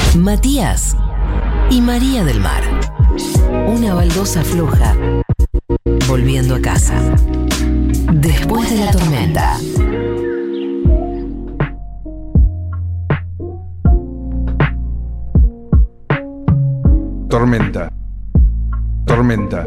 Matías y María del Mar. Una baldosa floja volviendo a casa. Después de la tormenta. Tormenta. Tormenta.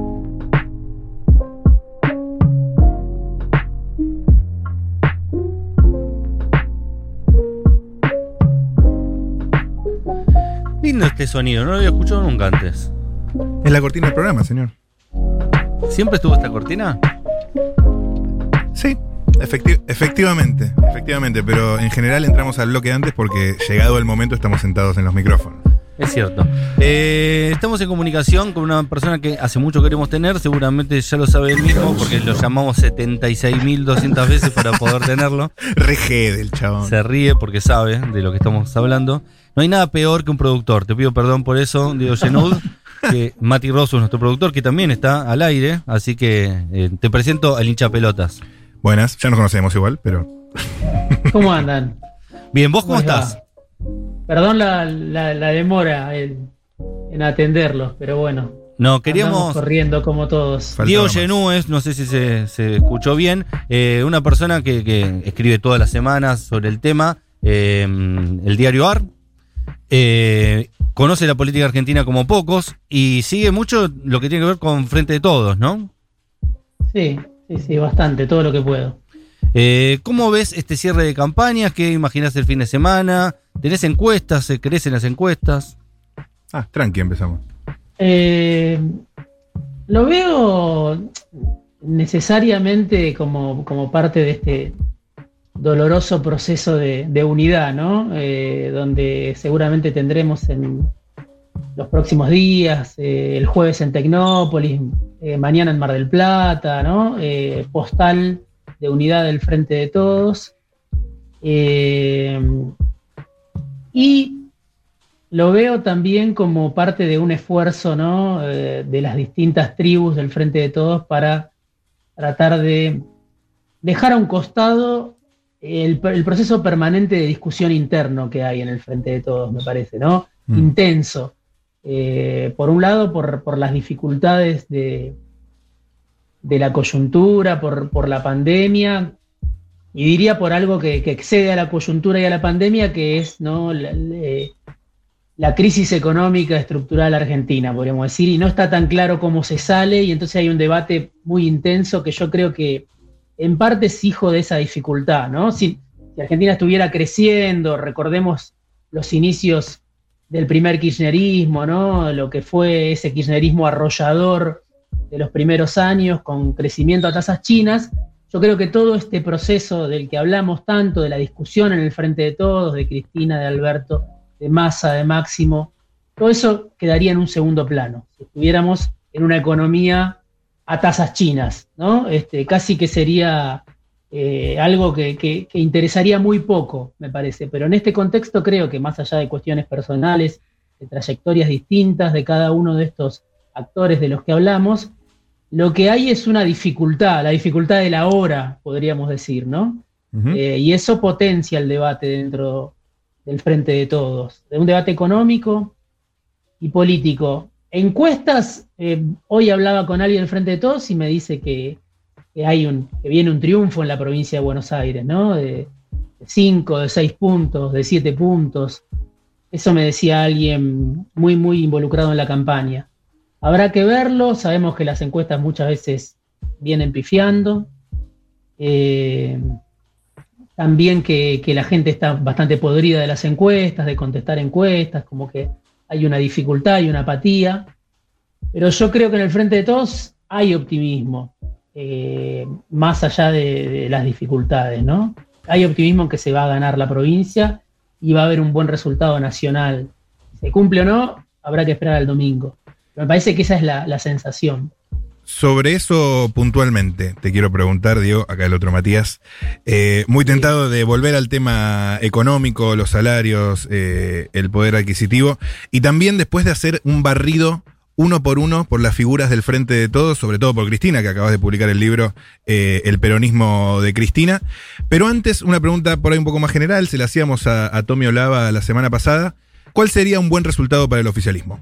Lindo este sonido, no lo había escuchado nunca antes. Es la cortina del programa, señor. ¿Siempre estuvo esta cortina? Sí, efectivamente, pero en general entramos al bloque antes porque llegado el momento estamos sentados en los micrófonos. Es cierto. Estamos en comunicación con una persona que hace mucho queremos tener, seguramente ya lo sabe él mismo porque lo llamamos 76.200 veces para poder tenerlo. Reje del chabón. Se ríe porque sabe de lo que estamos hablando. No hay nada peor que un productor, te pido perdón por eso, Diego Genud, que Mati Rosso es nuestro productor, que también está al aire, así que te presento al hincha pelotas. Buenas, ya nos conocemos igual, pero... ¿Cómo andan? Bien, ¿vos cómo estás? Perdón la demora en atenderlos, pero bueno. No, queríamos... Andamos corriendo como todos. Diego Genud es, no sé si se escuchó bien, una persona que escribe todas las semanas sobre el tema, el diario AR. Conoce la política argentina como pocos y sigue mucho lo que tiene que ver con Frente de Todos, ¿no? Sí, bastante, todo lo que puedo. ¿Cómo ves este cierre de campañas? ¿Qué imaginás el fin de semana? ¿Tenés encuestas? ¿Se crecen las encuestas? Tranqui, empezamos. Lo veo necesariamente como parte de este doloroso proceso de unidad, ¿no? Donde seguramente tendremos en los próximos días, el jueves en Tecnópolis, mañana en Mar del Plata, ¿no? Postal de unidad del Frente de Todos. Y lo veo también como parte de un esfuerzo, ¿no? De las distintas tribus del Frente de Todos para tratar de dejar a un costado el proceso permanente de discusión interno que hay en el Frente de Todos, me parece, ¿no? Intenso. Por un lado, por las dificultades de la coyuntura, por la pandemia, y diría por algo que excede a la coyuntura y a la pandemia, que es, ¿no? La crisis económica estructural argentina, podríamos decir, y no está tan claro cómo se sale, y entonces hay un debate muy intenso que yo creo que en parte es hijo de esa dificultad, ¿no? Si Argentina estuviera creciendo, recordemos los inicios del primer kirchnerismo, ¿no? Lo que fue ese kirchnerismo arrollador de los primeros años con crecimiento a tasas chinas, yo creo que todo este proceso del que hablamos tanto, de la discusión en el Frente de Todos, de Cristina, de Alberto, de Massa, de Máximo, todo eso quedaría en un segundo plano. Si estuviéramos en una economía a tasas chinas, ¿no? Casi que sería algo que interesaría muy poco, me parece. Pero en este contexto creo que más allá de cuestiones personales, de trayectorias distintas de cada uno de estos actores de los que hablamos, lo que hay es una dificultad, la dificultad de la hora, podríamos decir, ¿no? Uh-huh. Y eso potencia el debate dentro del Frente de Todos, de un debate económico y político. Encuestas, hoy hablaba con alguien del Frente de Todos y me dice que viene un triunfo en la provincia de Buenos Aires, ¿no? De 5, de 6 puntos, de 7 puntos. Eso me decía alguien muy, muy involucrado en la campaña. Habrá que verlo, sabemos que las encuestas muchas veces vienen pifiando. También que la gente está bastante podrida de las encuestas, de contestar encuestas, como que hay una dificultad y una apatía, pero yo creo que en el Frente de Todos hay optimismo, más allá de las dificultades, ¿no? Hay optimismo en que se va a ganar la provincia y va a haber un buen resultado nacional. Si se cumple o no, habrá que esperar al domingo. Pero me parece que esa es la sensación. Sobre eso puntualmente te quiero preguntar, Diego, acá el otro Matías, muy tentado de volver al tema económico, los salarios, el poder adquisitivo, y también después de hacer un barrido uno por uno por las figuras del Frente de Todos, sobre todo por Cristina, que acabas de publicar el libro El peronismo de Cristina. Pero antes, una pregunta por ahí un poco más general, se la hacíamos a Tommy Olava la semana pasada. ¿Cuál sería un buen resultado para el oficialismo?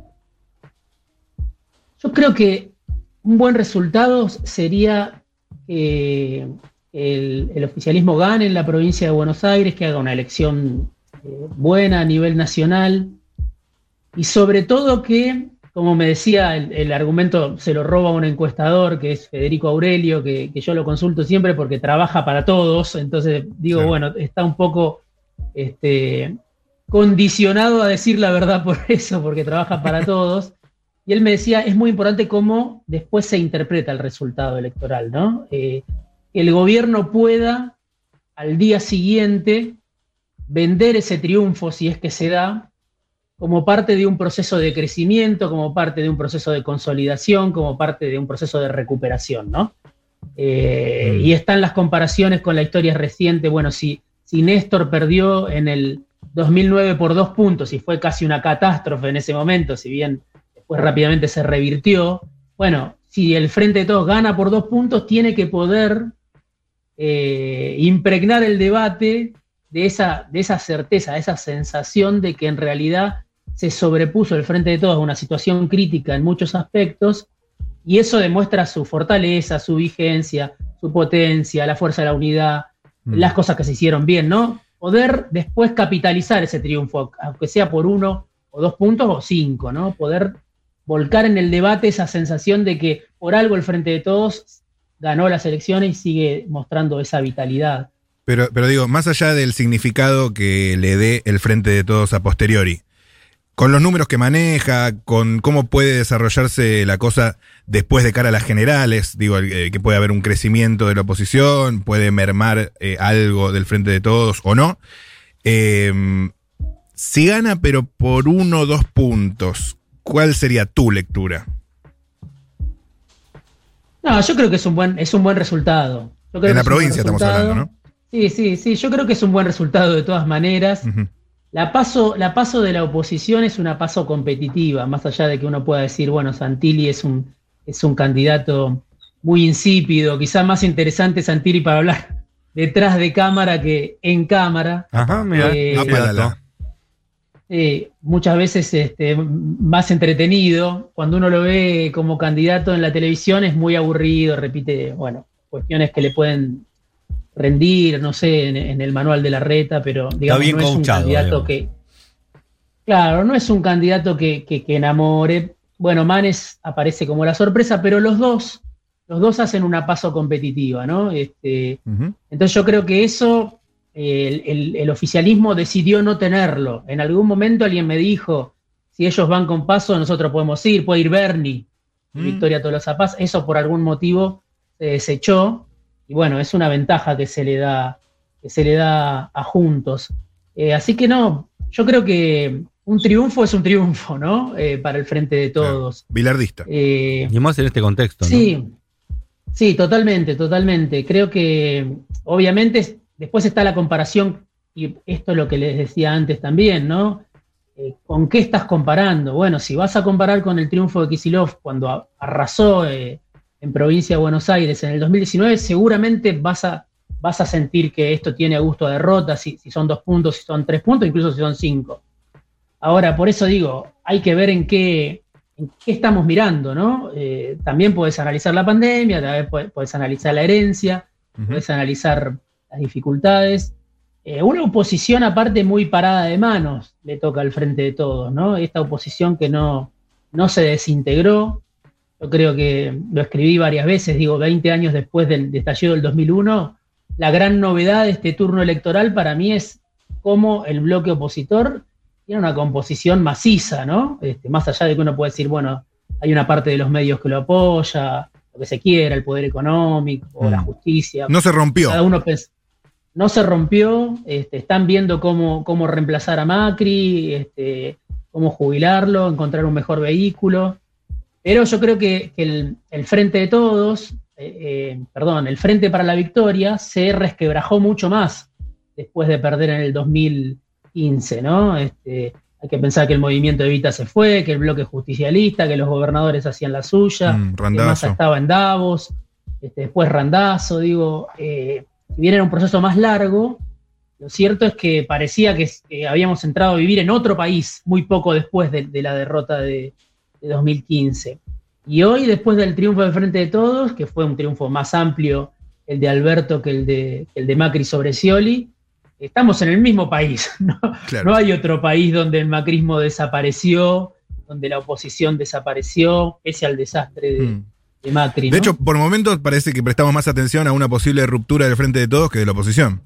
Yo creo que un buen resultado sería que el oficialismo gane en la provincia de Buenos Aires, que haga una elección buena a nivel nacional y sobre todo que, como me decía, el argumento se lo roba un encuestador que es Federico Aurelio, que yo lo consulto siempre porque trabaja para todos, entonces digo, bueno, está un poco condicionado a decir la verdad por eso, porque trabaja para todos. Y él me decía, es muy importante cómo después se interpreta el resultado electoral, ¿no? Que el gobierno pueda, al día siguiente, vender ese triunfo, si es que se da, como parte de un proceso de crecimiento, como parte de un proceso de consolidación, como parte de un proceso de recuperación, ¿no? Y están las comparaciones con la historia reciente. Bueno, si Néstor perdió en el 2009 por 2 puntos y fue casi una catástrofe en ese momento, si bien después rápidamente se revirtió, bueno, si el Frente de Todos gana por 2 puntos, tiene que poder impregnar el debate de esa certeza, de esa sensación de que en realidad se sobrepuso el Frente de Todos a una situación crítica en muchos aspectos, y eso demuestra su fortaleza, su vigencia, su potencia, la fuerza de la unidad, las cosas que se hicieron bien, ¿no? Poder después capitalizar ese triunfo, aunque sea por 1 o 2 puntos o 5, ¿no? Poder volcar en el debate esa sensación de que por algo el Frente de Todos ganó las elecciones y sigue mostrando esa vitalidad. Pero digo, más allá del significado que le dé el Frente de Todos a posteriori, con los números que maneja, con cómo puede desarrollarse la cosa después de cara a las generales, digo, que puede haber un crecimiento de la oposición, puede mermar algo del Frente de Todos o no. Si gana pero por 1 o 2 puntos, ¿cuál sería tu lectura? No, yo creo que es un buen resultado. Yo creo en la que provincia estamos hablando, ¿no? Sí, yo creo que es un buen resultado de todas maneras. Uh-huh. La paso de la oposición es una paso competitiva, más allá de que uno pueda decir, bueno, Santilli es un candidato muy insípido, quizá más interesante Santilli para hablar detrás de cámara que en cámara. Ajá, mira, muchas veces más entretenido. Cuando uno lo ve como candidato en la televisión es muy aburrido, repite, bueno, cuestiones que le pueden rendir, no sé, en el manual de la reta, pero digamos, no es un candidato claro, no es un candidato que enamore. Bueno, Manes aparece como la sorpresa, pero los dos hacen una paso competitiva, ¿no? Uh-huh. Entonces yo creo que eso el oficialismo decidió no tenerlo. En algún momento alguien me dijo, si ellos van con paso, nosotros podemos ir, puede ir Bernie, Victoria Tolosa Paz. Eso por algún motivo se desechó. Y bueno, es una ventaja que se le da a Juntos. Así que no, yo creo que un triunfo es un triunfo, ¿no? Para el Frente de Todos. Bilardista. Y más en este contexto, ¿no? Sí, totalmente. Creo que, obviamente, después está la comparación, y esto es lo que les decía antes también, ¿no? ¿Con qué estás comparando? Bueno, si vas a comparar con el triunfo de Kicillof cuando arrasó en provincia de Buenos Aires en el 2019, seguramente vas a sentir que esto tiene gusto a derrota, si son 2 puntos, si son 3 puntos, incluso si son 5. Ahora, por eso digo, hay que ver en qué estamos mirando, ¿no? También puedes analizar la pandemia, también puedes analizar la herencia, puedes analizar las dificultades. Una oposición aparte muy parada de manos le toca al Frente de Todos, ¿no? Esta oposición que no se desintegró. Yo creo que lo escribí varias veces, digo, 20 años después del estallido del 2001, la gran novedad de este turno electoral para mí es cómo el bloque opositor tiene una composición maciza, ¿no? Más allá de que uno puede decir, bueno, hay una parte de los medios que lo apoya, lo que se quiera, el poder económico, la justicia. No se rompió. Cada uno no se rompió, están viendo cómo reemplazar a Macri, cómo jubilarlo, encontrar un mejor vehículo. Pero yo creo que el Frente de Todos, el Frente para la Victoria, se resquebrajó mucho más después de perder en el 2015, ¿no? Hay que pensar que el movimiento Evita se fue, que el bloque justicialista, que los gobernadores hacían la suya, que Massa estaba en Davos, después Randazzo, digo, si bien era un proceso más largo, Lo cierto es que parecía que habíamos entrado a vivir en otro país muy poco después de la derrota de 2015. Y hoy, después del triunfo del Frente de Todos, que fue un triunfo más amplio el de Alberto que el de Macri sobre Scioli, estamos en el mismo país, ¿no? Claro. No hay otro país donde el macrismo desapareció, donde la oposición desapareció, pese al desastre de Macri, ¿no? De hecho, por momentos parece que prestamos más atención a una posible ruptura del Frente de Todos que de la oposición.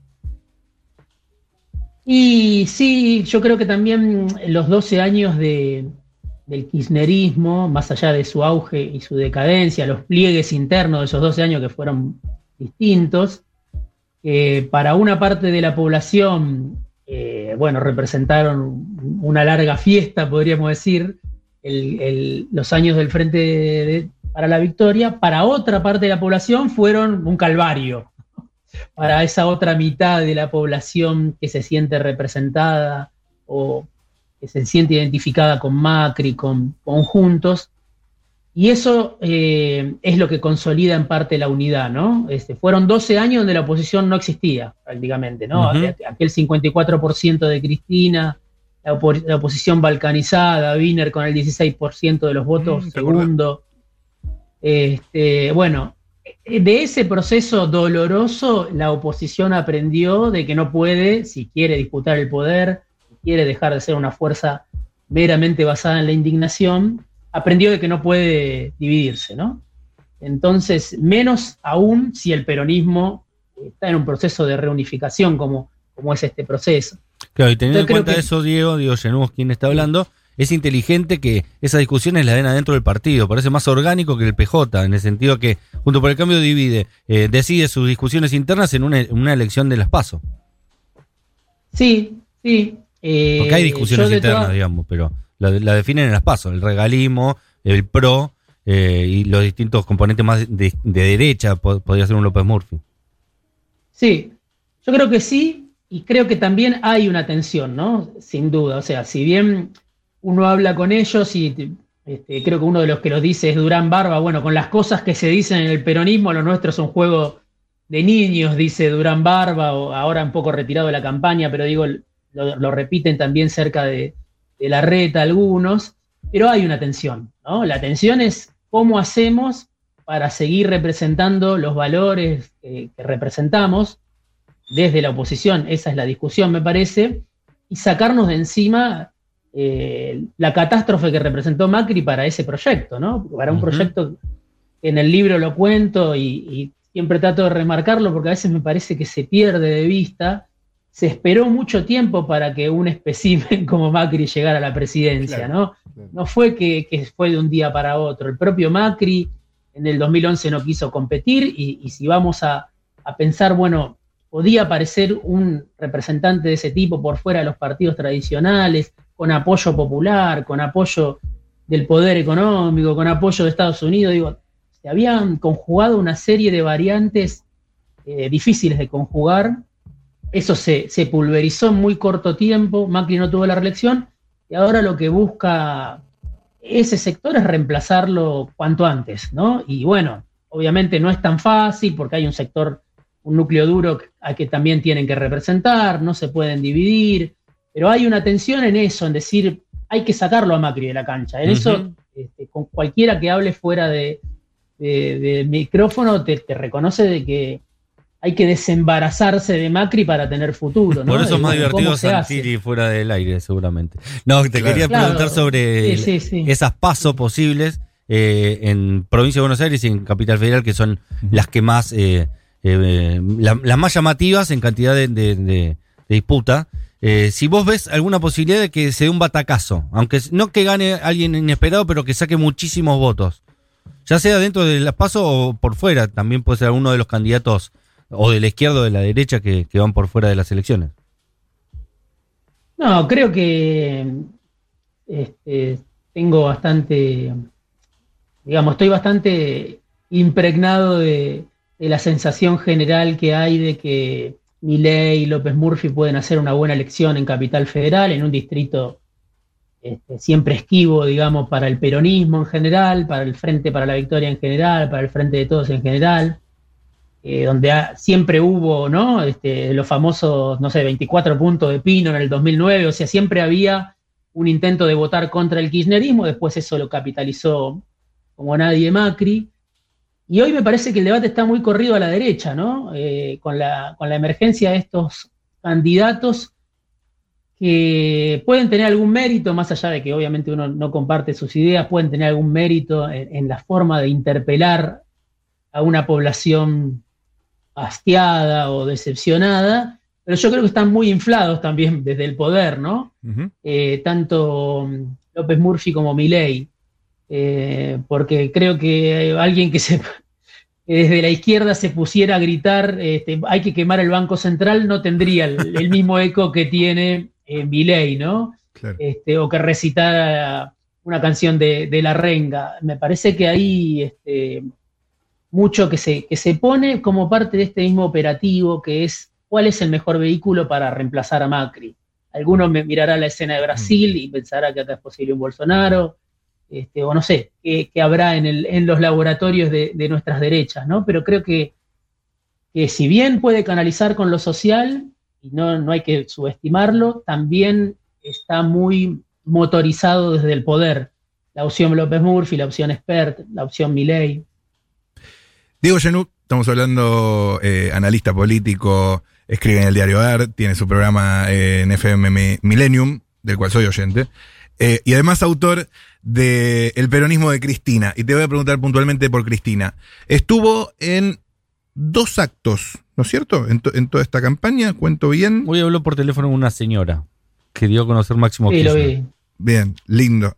Y sí, yo creo que también los 12 años del kirchnerismo, más allá de su auge y su decadencia, los pliegues internos de esos 12 años que fueron distintos, para una parte de la población, representaron una larga fiesta, podríamos decir, los años del Frente para la Victoria. Para otra parte de la población fueron un calvario. Para esa otra mitad de la población que se siente representada o que se siente identificada con Macri, con Juntos. Y eso es lo que consolida en parte la unidad, ¿no? Fueron 12 años donde la oposición no existía, prácticamente, ¿no? Aquel 54% de Cristina, la oposición balcanizada, Wiener con el 16% de los votos, segundo. De ese proceso doloroso, la oposición aprendió de que no puede, si quiere disputar el poder, si quiere dejar de ser una fuerza meramente basada en la indignación, aprendió de que no puede dividirse, ¿no? Entonces, menos aún si el peronismo está en un proceso de reunificación como es este proceso. Claro, y teniendo Entonces, en cuenta eso, Diego Genuos, quien está hablando, es inteligente que esas discusiones las den adentro del partido. Parece más orgánico que el PJ, en el sentido que, junto por el cambio, decide sus discusiones internas en una elección de las PASO. Sí. Porque hay discusiones internas, digamos, pero la definen en las PASO, el regalismo, el PRO y los distintos componentes más de derecha, podría ser un López Murphy. Sí, yo creo que sí, y creo que también hay una tensión, ¿no? Sin duda, o sea, si bien uno habla con ellos y creo que uno de los que los dice es Durán Barba, bueno, con las cosas que se dicen en el peronismo, lo nuestro es un juego de niños, dice Durán Barba, o ahora un poco retirado de la campaña, pero digo, lo repiten también cerca de Larreta algunos, pero hay una tensión, ¿no? La tensión es cómo hacemos para seguir representando los valores que representamos desde la oposición, esa es la discusión, me parece, y sacarnos de encima la catástrofe que representó Macri para ese proyecto, ¿no? Para un proyecto que en el libro lo cuento y siempre trato de remarcarlo porque a veces me parece que se pierde de vista. Se esperó mucho tiempo para que un espécimen como Macri llegara a la presidencia, claro, ¿no? Claro. No fue que fue de un día para otro. El propio Macri en el 2011 no quiso competir y si vamos a pensar, bueno, podía aparecer un representante de ese tipo por fuera de los partidos tradicionales, con apoyo popular, con apoyo del poder económico, con apoyo de Estados Unidos. Digo, se habían conjugado una serie de variantes difíciles de conjugar. Eso se pulverizó en muy corto tiempo, Macri no tuvo la reelección, y ahora lo que busca ese sector es reemplazarlo cuanto antes, ¿no? Y bueno, obviamente no es tan fácil porque hay un núcleo duro a que también tienen que representar, no se pueden dividir, pero hay una tensión en eso, en decir, hay que sacarlo a Macri de la cancha. En eso, con cualquiera que hable fuera de micrófono te reconoce de que hay que desembarazarse de Macri para tener futuro, ¿no? Por eso es más divertido Santilli fuera del aire, seguramente. No, te quería preguntar sobre esas PASO posibles en Provincia de Buenos Aires y en Capital Federal, que son las que más, las más llamativas en cantidad de disputa. Si vos ves alguna posibilidad de que se dé un batacazo, aunque no que gane alguien inesperado, pero que saque muchísimos votos, ya sea dentro de las PASO o por fuera, también puede ser alguno de los candidatos o de la izquierda o de la derecha que van por fuera de las elecciones. No, creo que tengo bastante, digamos, estoy bastante impregnado de la sensación general que hay de que Milei y López Murphy pueden hacer una buena elección en Capital Federal, en un distrito siempre esquivo, digamos, para el peronismo en general, para el Frente para la Victoria en general, para el Frente de Todos en general. donde siempre hubo, ¿no? Los famosos, no sé, 24 puntos de Pino en el 2009, o sea, siempre había un intento de votar contra el kirchnerismo, después eso lo capitalizó como nadie Macri, y hoy me parece que el debate está muy corrido a la derecha, ¿no? Con la emergencia de estos candidatos que pueden tener algún mérito, más allá de que obviamente uno no comparte sus ideas, pueden tener algún mérito en la forma de interpelar a una población hastiada o decepcionada, pero yo creo que están muy inflados también desde el poder, ¿no? Ujú. Tanto López Murphy como Milei, porque creo que alguien que desde la izquierda se pusiera a gritar hay que quemar el Banco Central no tendría el mismo eco que tiene Milei, ¿no? Claro. O que recitara una canción de La Renga. Me parece que hay mucho que se pone como parte de este mismo operativo, que es cuál es el mejor vehículo para reemplazar a Macri. Alguno me mirará la escena de Brasil y pensará que acá es posible un Bolsonaro, o no sé, qué habrá en los laboratorios de nuestras derechas, ¿no? Pero creo que si bien puede canalizar con lo social, y no hay que subestimarlo, también está muy motorizado desde el poder. La opción López Murphy, la opción Spert, la opción Milei. Diego Genuc, estamos hablando, analista político, escribe en el diario AR, tiene su programa en FM Millennium, del cual soy oyente, y además autor de El peronismo de Cristina. Y te voy a preguntar puntualmente por Cristina. Estuvo en 2 actos, ¿no es cierto? En toda esta campaña, ¿cuento bien? Hoy habló por teléfono con una señora que dio a conocer Máximo Sí, lo Kirchner. vi. Bien, lindo.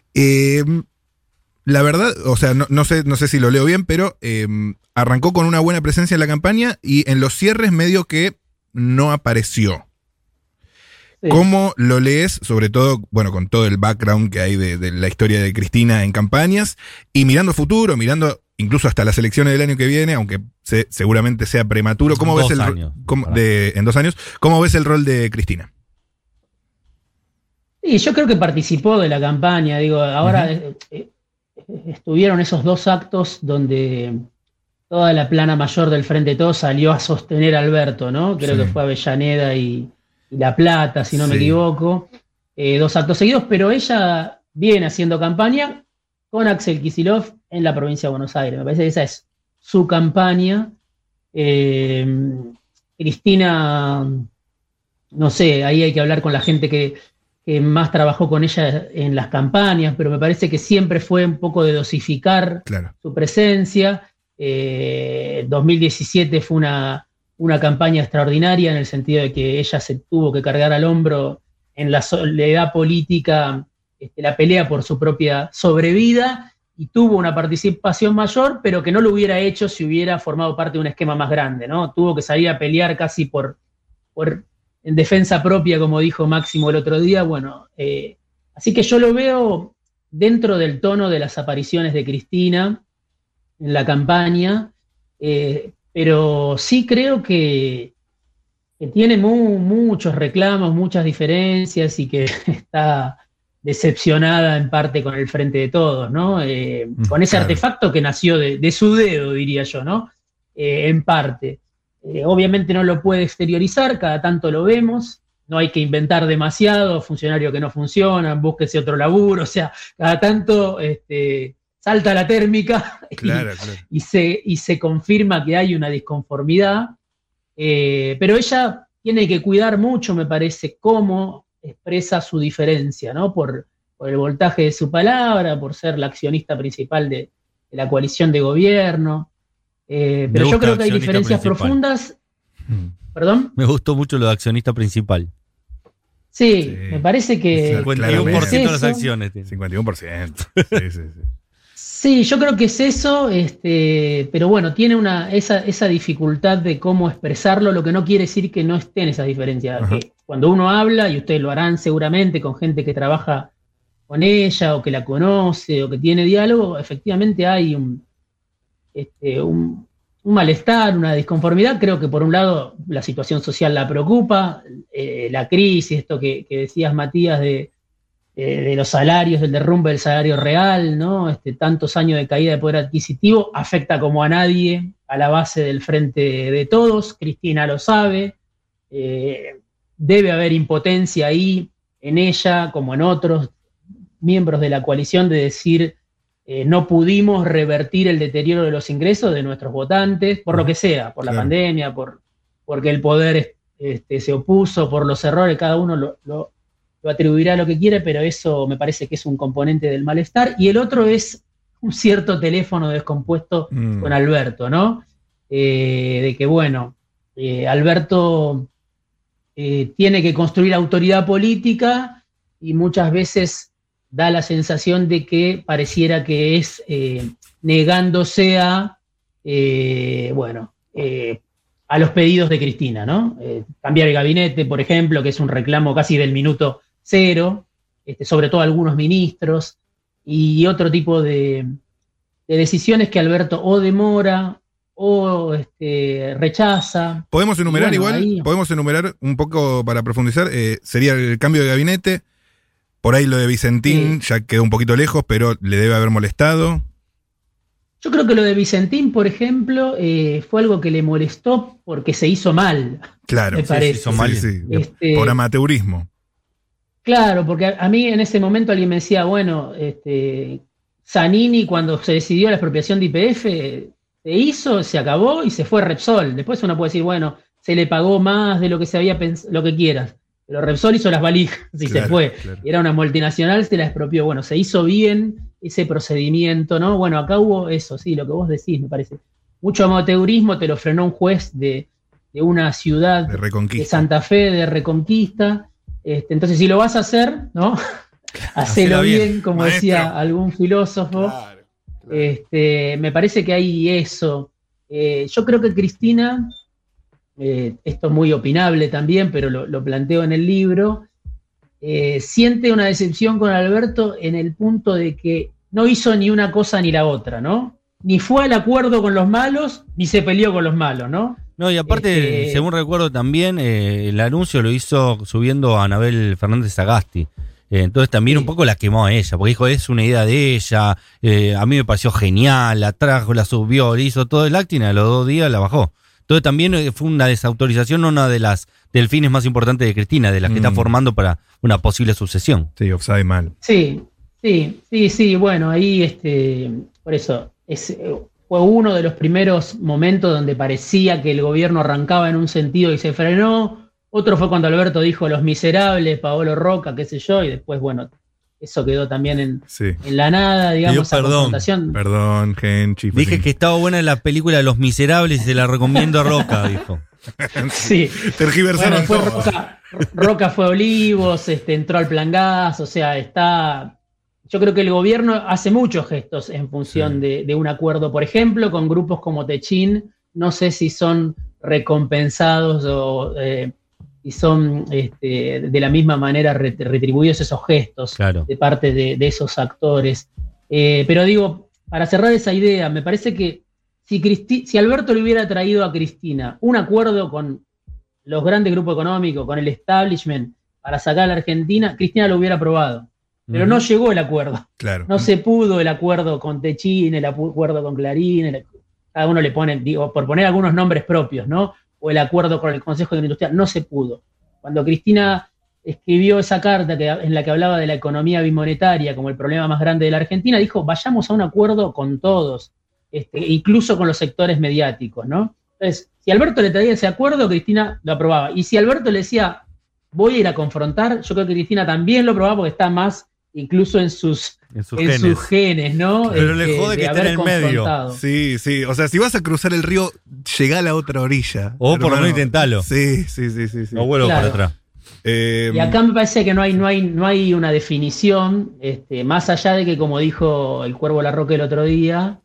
La verdad, o sea, no sé si lo leo bien, pero arrancó con una buena presencia en la campaña y en los cierres medio que no apareció. Sí. ¿Cómo lo lees? Sobre todo, bueno, con todo el background que hay de la historia de Cristina en campañas y mirando futuro, mirando incluso hasta las elecciones del año que viene, aunque seguramente sea prematuro. ¿Cómo ves el años. en 2 años? ¿Cómo ves el rol de Cristina? Sí, yo creo que participó de la campaña, digo, ahora estuvieron esos 2 actos donde toda la plana mayor del Frente de Todos salió a sostener a Alberto, ¿no? Creo Sí. que fue Avellaneda y La Plata, si no me Sí. equivoco. 2 actos seguidos, pero ella viene haciendo campaña con Axel Kicillof en la provincia de Buenos Aires. Me parece que esa es su campaña. Cristina, no sé, ahí hay que hablar con la gente que más trabajó con ella en las campañas, pero me parece que siempre fue un poco de dosificar Claro. su presencia. 2017 fue una campaña extraordinaria en el sentido de que ella se tuvo que cargar al hombro en la soledad política la pelea por su propia sobrevida y tuvo una participación mayor, pero que no lo hubiera hecho si hubiera formado parte de un esquema más grande, ¿no? Tuvo que salir a pelear casi en defensa propia, como dijo Máximo el otro día. Bueno, así que yo lo veo dentro del tono de las apariciones de Cristina en la campaña, pero sí creo que tiene muchos reclamos, muchas diferencias y que está decepcionada en parte con el Frente de Todos, ¿no? Con ese Claro. artefacto que nació de su dedo, diría yo, ¿no? En parte. Obviamente no lo puede exteriorizar, cada tanto lo vemos, no hay que inventar demasiado, funcionarios que no funcionan, búsquese otro laburo, o sea, cada tanto salta la térmica Claro. y se confirma que hay una disconformidad, pero ella tiene que cuidar mucho, me parece, cómo expresa su diferencia, ¿no? Por el voltaje de su palabra, por ser la accionista principal de la coalición de gobierno. Pero yo creo que hay diferencias profundas. ¿Perdón? Me gustó mucho lo de accionista principal. Sí, me parece que 51% de las eso. acciones tiene. 51%. Sí. Sí, yo creo que es eso, pero bueno, tiene esa dificultad de cómo expresarlo, lo que no quiere decir que no estén esas diferencias. Que cuando uno habla, y ustedes lo harán seguramente con gente que trabaja con ella, o que la conoce, o que tiene diálogo, efectivamente hay un malestar, una disconformidad. Creo que por un lado la situación social la preocupa, la crisis, esto que decías, Matías, de de los salarios, del derrumbe del salario real, ¿no? Tantos años de caída de poder adquisitivo, afecta como a nadie a la base del Frente de Todos. Cristina lo sabe. Debe haber impotencia ahí en ella, como en otros miembros de la coalición, de decir no pudimos revertir el deterioro de los ingresos de nuestros votantes, por lo que sea, por la pandemia, porque el poder se opuso, por los errores, cada uno lo atribuirá a lo que quiere, pero eso me parece que es un componente del malestar. Y el otro es un cierto teléfono descompuesto con Alberto, ¿no? De que, bueno, Alberto tiene que construir autoridad política y muchas veces da la sensación de que pareciera que es negándose a los pedidos de Cristina, ¿no? Cambiar el gabinete, por ejemplo, que es un reclamo casi del minuto cero, sobre todo algunos ministros, y otro tipo de decisiones que Alberto o demora o rechaza. ¿Podemos enumerar bueno, igual? ahí... ¿Podemos enumerar un poco para profundizar? Sería el cambio de gabinete. Por ahí lo de Vicentín ya quedó un poquito lejos, pero le debe haber molestado. Yo creo que lo de Vicentín, por ejemplo, fue algo que le molestó porque se hizo mal. Claro, me parece. Se hizo mal. Por amateurismo. Claro, porque a mí en ese momento alguien me decía, bueno, Zanini cuando se decidió la expropiación de YPF, se hizo, se acabó y se fue Repsol. Después uno puede decir, bueno, se le pagó más de lo que se había pensado, lo que quieras. Pero Repsol hizo las valijas y se fue. Claro. Era una multinacional, se la expropió. Bueno, se hizo bien ese procedimiento, ¿no? Bueno, acá hubo eso, sí, lo que vos decís, me parece. Mucho amateurismo, te lo frenó un juez de una ciudad de Santa Fe, de Reconquista. Entonces, si lo vas a hacer, ¿no? Hacelo bien, como maestro. Decía algún filósofo. Claro. Me parece que hay eso. Yo creo que Cristina... esto es muy opinable también, pero lo planteo en el libro, siente una decepción con Alberto en el punto de que no hizo ni una cosa ni la otra, ¿no? Ni fue al acuerdo con los malos, ni se peleó con los malos, ¿no? No, y aparte, según recuerdo también, el anuncio lo hizo subiendo a Anabel Fernández Sagasti. Entonces también un poco la quemó a ella, porque dijo, es una idea de ella, a mí me pareció genial, la trajo, la subió, le hizo todo el acting, a los 2 días la bajó. Entonces también fue una desautorización, una de las delfines más importantes de Cristina, de las que está formando para una posible sucesión. Sí, offside mal. Sí, bueno, ahí por eso fue uno de los primeros momentos donde parecía que el gobierno arrancaba en un sentido y se frenó. Otro fue cuando Alberto dijo Los Miserables, Paolo Roca, qué sé yo, y después, bueno, eso quedó también en la nada, digamos, esa confrontación. Perdón, Genchi. Dije que estaba buena la película Los Miserables y se la recomiendo a Roca, dijo. Sí. Tergiversaron todo. Roca fue Olivos, entró al Plan Gas, o sea, yo creo que el gobierno hace muchos gestos en función de un acuerdo, por ejemplo, con grupos como Techín, no sé si son recompensados o... y son de la misma manera retribuidos esos gestos de parte de esos actores. Pero digo, para cerrar esa idea, me parece que si Alberto le hubiera traído a Cristina un acuerdo con los grandes grupos económicos, con el establishment, para sacar a la Argentina, Cristina lo hubiera aprobado. Pero no llegó el acuerdo. Claro. No se pudo el acuerdo con Techín, el acuerdo con Clarín, cada uno le pone, digo, por poner algunos nombres propios, ¿no? O el acuerdo con el Consejo de la Industria, no se pudo. Cuando Cristina escribió esa carta en la que hablaba de la economía bimonetaria como el problema más grande de la Argentina, dijo, vayamos a un acuerdo con todos, incluso con los sectores mediáticos, ¿no? Entonces, si Alberto le traía ese acuerdo, Cristina lo aprobaba. Y si Alberto le decía, voy a ir a confrontar, yo creo que Cristina también lo aprobaba porque está más incluso en sus genes, ¿no? Pero le jode que esté en el medio. Sí. O sea, si vas a cruzar el río, llegá a la otra orilla. O por lo menos intentalo. Sí. No vuelvo para atrás. Y acá me parece que no hay una definición, más allá de que, como dijo el Cuervo Larroque el otro día,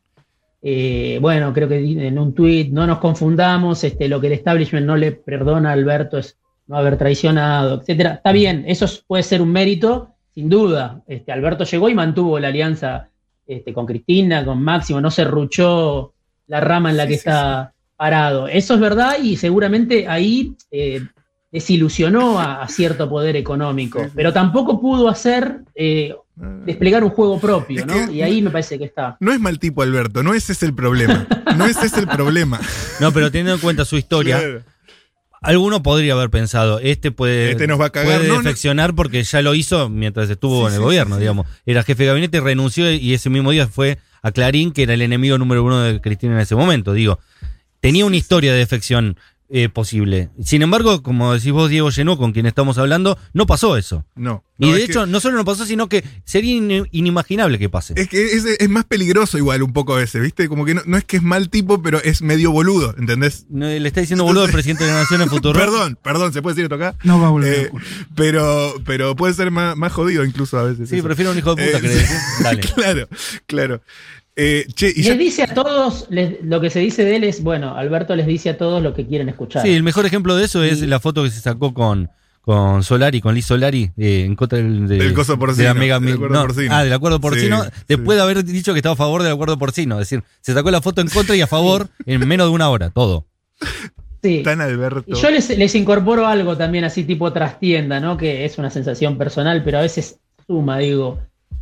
bueno, creo que en un tuit, no nos confundamos, lo que el establishment no le perdona a Alberto es no haber traicionado, etcétera. Está bien, eso puede ser un mérito, sin duda. Alberto llegó y mantuvo la alianza con Cristina, con Máximo, no se ruchó la rama en la que está parado. Eso es verdad y seguramente ahí desilusionó a cierto poder económico, pero tampoco pudo desplegar un juego propio, ¿no? Y ahí me parece que está. No es mal tipo Alberto, no ese es el problema. No ese es el problema. No, pero teniendo en cuenta su historia, Claro. alguno podría haber pensado, puede nos va a cagar. puede No, defeccionar porque ya lo hizo mientras estuvo Sí, en el sí, gobierno, sí, sí. digamos. Era jefe de gabinete, renunció y ese mismo día fue a Clarín, que era el enemigo número 1 de Cristina en ese momento. Digo, tenía una historia de defección posible. Sin embargo, como decís vos, Diego Genú, con quien estamos hablando, no pasó eso. No. Y No, de es hecho, no solo no pasó, sino que sería inimaginable que pase. Es que es más peligroso igual un poco ese, ¿viste? Como que no es que es mal tipo, pero es medio boludo, ¿entendés? No, le está diciendo boludo al presidente de la Nación en futuro. Perdón, ¿se puede decir esto acá? No va a volver a ocurrir. Pero puede ser más jodido incluso a veces. Sí, eso. prefiero un hijo de puta que le sí. Dale. Claro. Che, y Les ya, dice a todos, lo que se dice de él es, bueno, Alberto les dice a todos lo que quieren escuchar. Sí, el mejor ejemplo de eso es la foto que se sacó con Solari, con Liz Solari, en contra del coso porcino, de la mega del acuerdo porcino. del acuerdo porcino, Sí, después de haber dicho que estaba a favor del acuerdo porcino. Es decir, se sacó la foto en contra y a favor en menos de una hora, todo. Sí. tan Alberto. Y yo les incorporo algo también así tipo trastienda, ¿no? Que es una sensación personal, pero a veces suma, digo.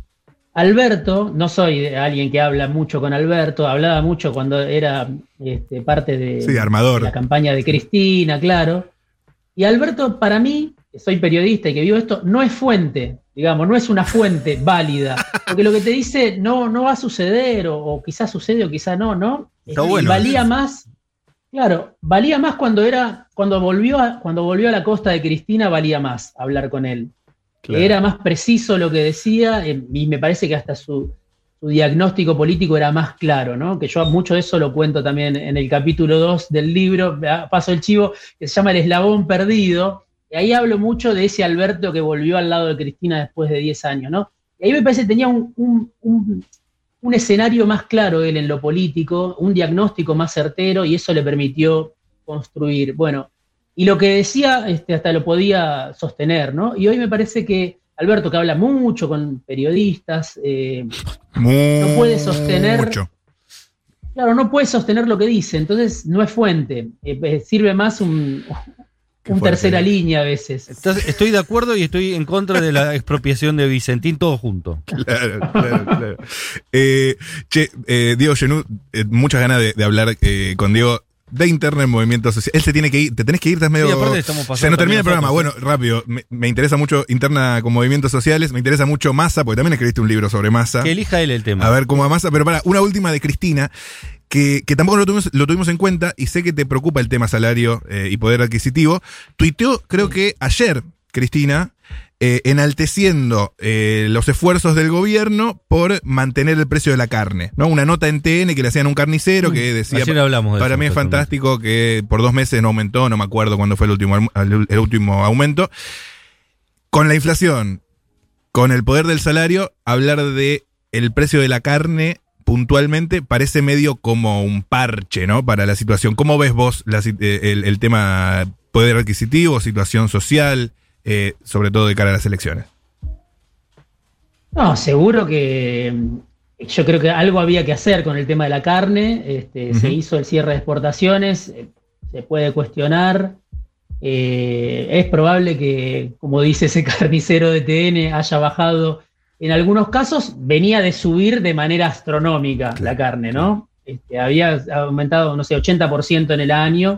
Alberto, no soy alguien que habla mucho con Alberto, hablaba mucho cuando era parte de armador. la campaña de Cristina, claro. Y Alberto, para mí, que soy periodista y que vivo esto, no es fuente, digamos, no es una fuente válida. Porque lo que te dice no va a suceder, o quizás sucede o quizás no. Está bueno. Valía más. Claro, valía más cuando volvió a la costa de Cristina, valía más hablar con él. Claro. Era más preciso lo que decía, y me parece que hasta su diagnóstico político era más claro, ¿no? Que yo mucho de eso lo cuento también en el capítulo 2 del libro, paso el chivo, que se llama El Eslabón Perdido, y ahí hablo mucho de ese Alberto que volvió al lado de Cristina después de 10 años, ¿no? Y ahí me parece que tenía un escenario más claro él en lo político, un diagnóstico más certero, y eso le permitió construir. Bueno, y lo que decía hasta lo podía sostener, ¿no? Y hoy me parece que Alberto, que habla mucho con periodistas, no puede sostener. Mucho. Claro, no puede sostener lo que dice, entonces no es fuente. Sirve más un tercera línea a veces. Estoy de acuerdo y estoy en contra de la expropiación de Vicentín, todo junto. Claro. Diego Genú, muchas ganas de hablar con Diego de interna en movimiento social. Él se tiene que ir, te tenés que ir, estás medio. Sí, aparte estamos pasando se nos termina el también programa. fotos, Bueno, rápido. Me interesa mucho interna con movimientos sociales, me interesa mucho Massa, porque también escribiste un libro sobre Massa. Que elija él el tema. A ver cómo va Massa, pero para, una última de Cristina, que tampoco lo tuvimos en cuenta, y sé que te preocupa el tema salario y poder adquisitivo. Tuiteó, creo que ayer, Cristina, enalteciendo los esfuerzos del gobierno por mantener el precio de la carne, ¿no? Una nota en TN que le hacían a un carnicero que decía, Ayer hablamos de para eso, mí es justamente. fantástico que por 2 meses no aumentó, no me acuerdo cuándo fue el último aumento. Con la inflación, con el poder del salario, hablar de el precio de la carne puntualmente parece medio como un parche, ¿no? Para la situación. ¿Cómo ves vos el tema poder adquisitivo, situación social, sobre todo de cara a las elecciones? No, seguro que yo creo que algo había que hacer con el tema de la carne. Se hizo el cierre de exportaciones, se puede cuestionar. Es probable que, como dice ese carnicero de TN, haya bajado. En algunos casos venía de subir de manera astronómica la carne, ¿no? Había aumentado, no sé, 80% en el año.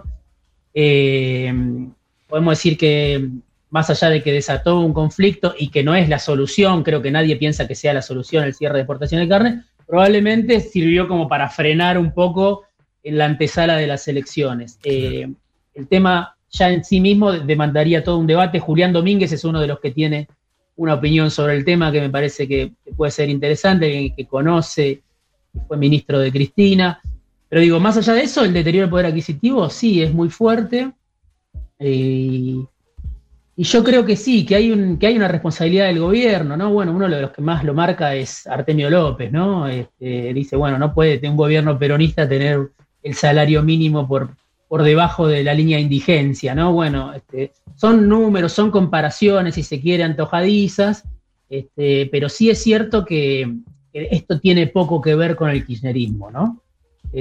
Podemos decir que más allá de que desató un conflicto y que no es la solución, creo que nadie piensa que sea la solución el cierre de exportación de carne, probablemente sirvió como para frenar un poco en la antesala de las elecciones. El tema ya en sí mismo demandaría todo un debate. Julián Domínguez es uno de los que tiene una opinión sobre el tema que me parece que puede ser interesante, que conoce, que fue ministro de Cristina. Pero digo, más allá de eso, el deterioro del poder adquisitivo sí es muy fuerte. Y yo creo que sí, que hay una responsabilidad del gobierno, ¿no? Bueno, uno de los que más lo marca es Artemio López, ¿no? Dice, bueno, no puede un gobierno peronista tener el salario mínimo por debajo de la línea de indigencia, ¿no? Bueno, son números, son comparaciones, si se quiere, antojadizas, pero sí es cierto que esto tiene poco que ver con el kirchnerismo, ¿no?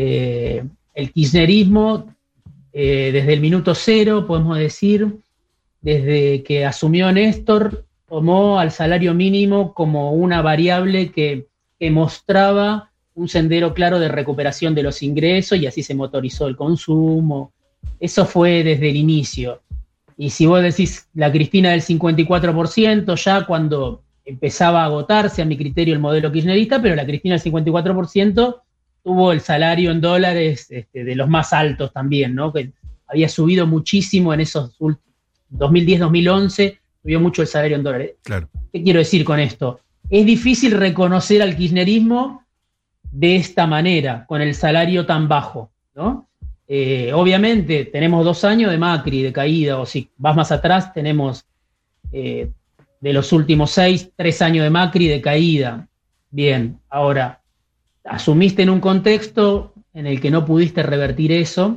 El kirchnerismo, desde el minuto cero, podemos decir, desde que asumió Néstor, tomó al salario mínimo como una variable que mostraba un sendero claro de recuperación de los ingresos y así se motorizó el consumo. Eso fue desde el inicio. Y si vos decís la Cristina del 54%, ya cuando empezaba a agotarse, a mi criterio, el modelo kirchnerista, pero la Cristina del 54% tuvo el salario en dólares de los más altos también, ¿no? Que había subido muchísimo en esos últimos 2010-2011, subió mucho el salario en dólares. Claro. ¿Qué quiero decir con esto? Es difícil reconocer al kirchnerismo de esta manera, con el salario tan bajo, ¿no? Obviamente tenemos 2 años de Macri, de caída, o si vas más atrás tenemos de los últimos 6, 3 años de Macri de caída. Bien, ahora, asumiste en un contexto en el que no pudiste revertir eso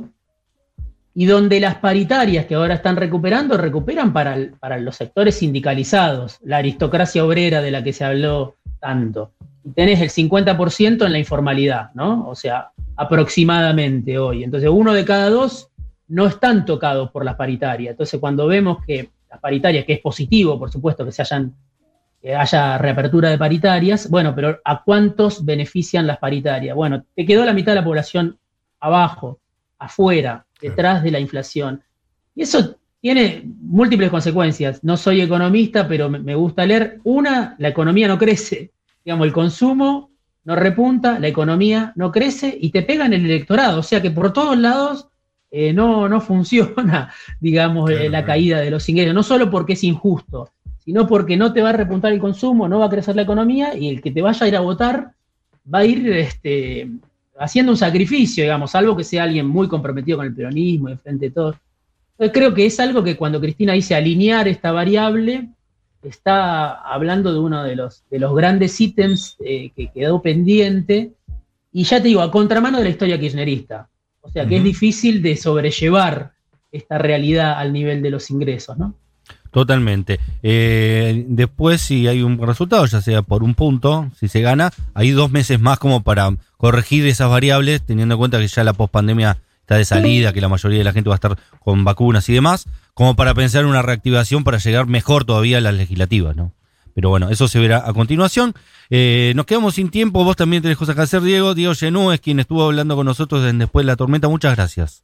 y donde las paritarias que ahora están recuperan para los sectores sindicalizados, la aristocracia obrera de la que se habló tanto. Y tenés el 50% en la informalidad, ¿no? O sea, aproximadamente hoy. Entonces, 1 de cada 2 no están tocados por las paritarias. Entonces, cuando vemos que las paritarias, que es positivo, por supuesto, que haya reapertura de paritarias, bueno, pero ¿a cuántos benefician las paritarias? Bueno, te quedó la mitad de la población abajo, afuera, detrás de la inflación. Y eso tiene múltiples consecuencias. No soy economista, pero me gusta leer. Una, la economía no crece. Digamos, el consumo no repunta, la economía no crece y te pega en el electorado. O sea que por todos lados no funciona, digamos, la caída de los ingresos. No solo porque es injusto, sino porque no te va a repuntar el consumo, no va a crecer la economía y el que te vaya a ir a votar va a ir haciendo un sacrificio, digamos, salvo que sea alguien muy comprometido con el peronismo y frente a todo. Entonces creo que es algo que cuando Cristina dice alinear esta variable, está hablando de uno de los grandes ítems que quedó pendiente, y ya te digo, a contramano de la historia kirchnerista. O sea que es difícil de sobrellevar esta realidad al nivel de los ingresos, ¿no? Totalmente. Después, si hay un resultado, ya sea por un punto, si se gana, hay 2 meses más como para corregir esas variables, teniendo en cuenta que ya la pospandemia está de salida, que la mayoría de la gente va a estar con vacunas y demás, como para pensar en una reactivación para llegar mejor todavía a las legislativas, ¿no? Pero bueno, eso se verá a continuación. Nos quedamos sin tiempo, vos también tenés cosas que hacer, Diego. Diego Genú es quien estuvo hablando con nosotros después de la tormenta. Muchas gracias.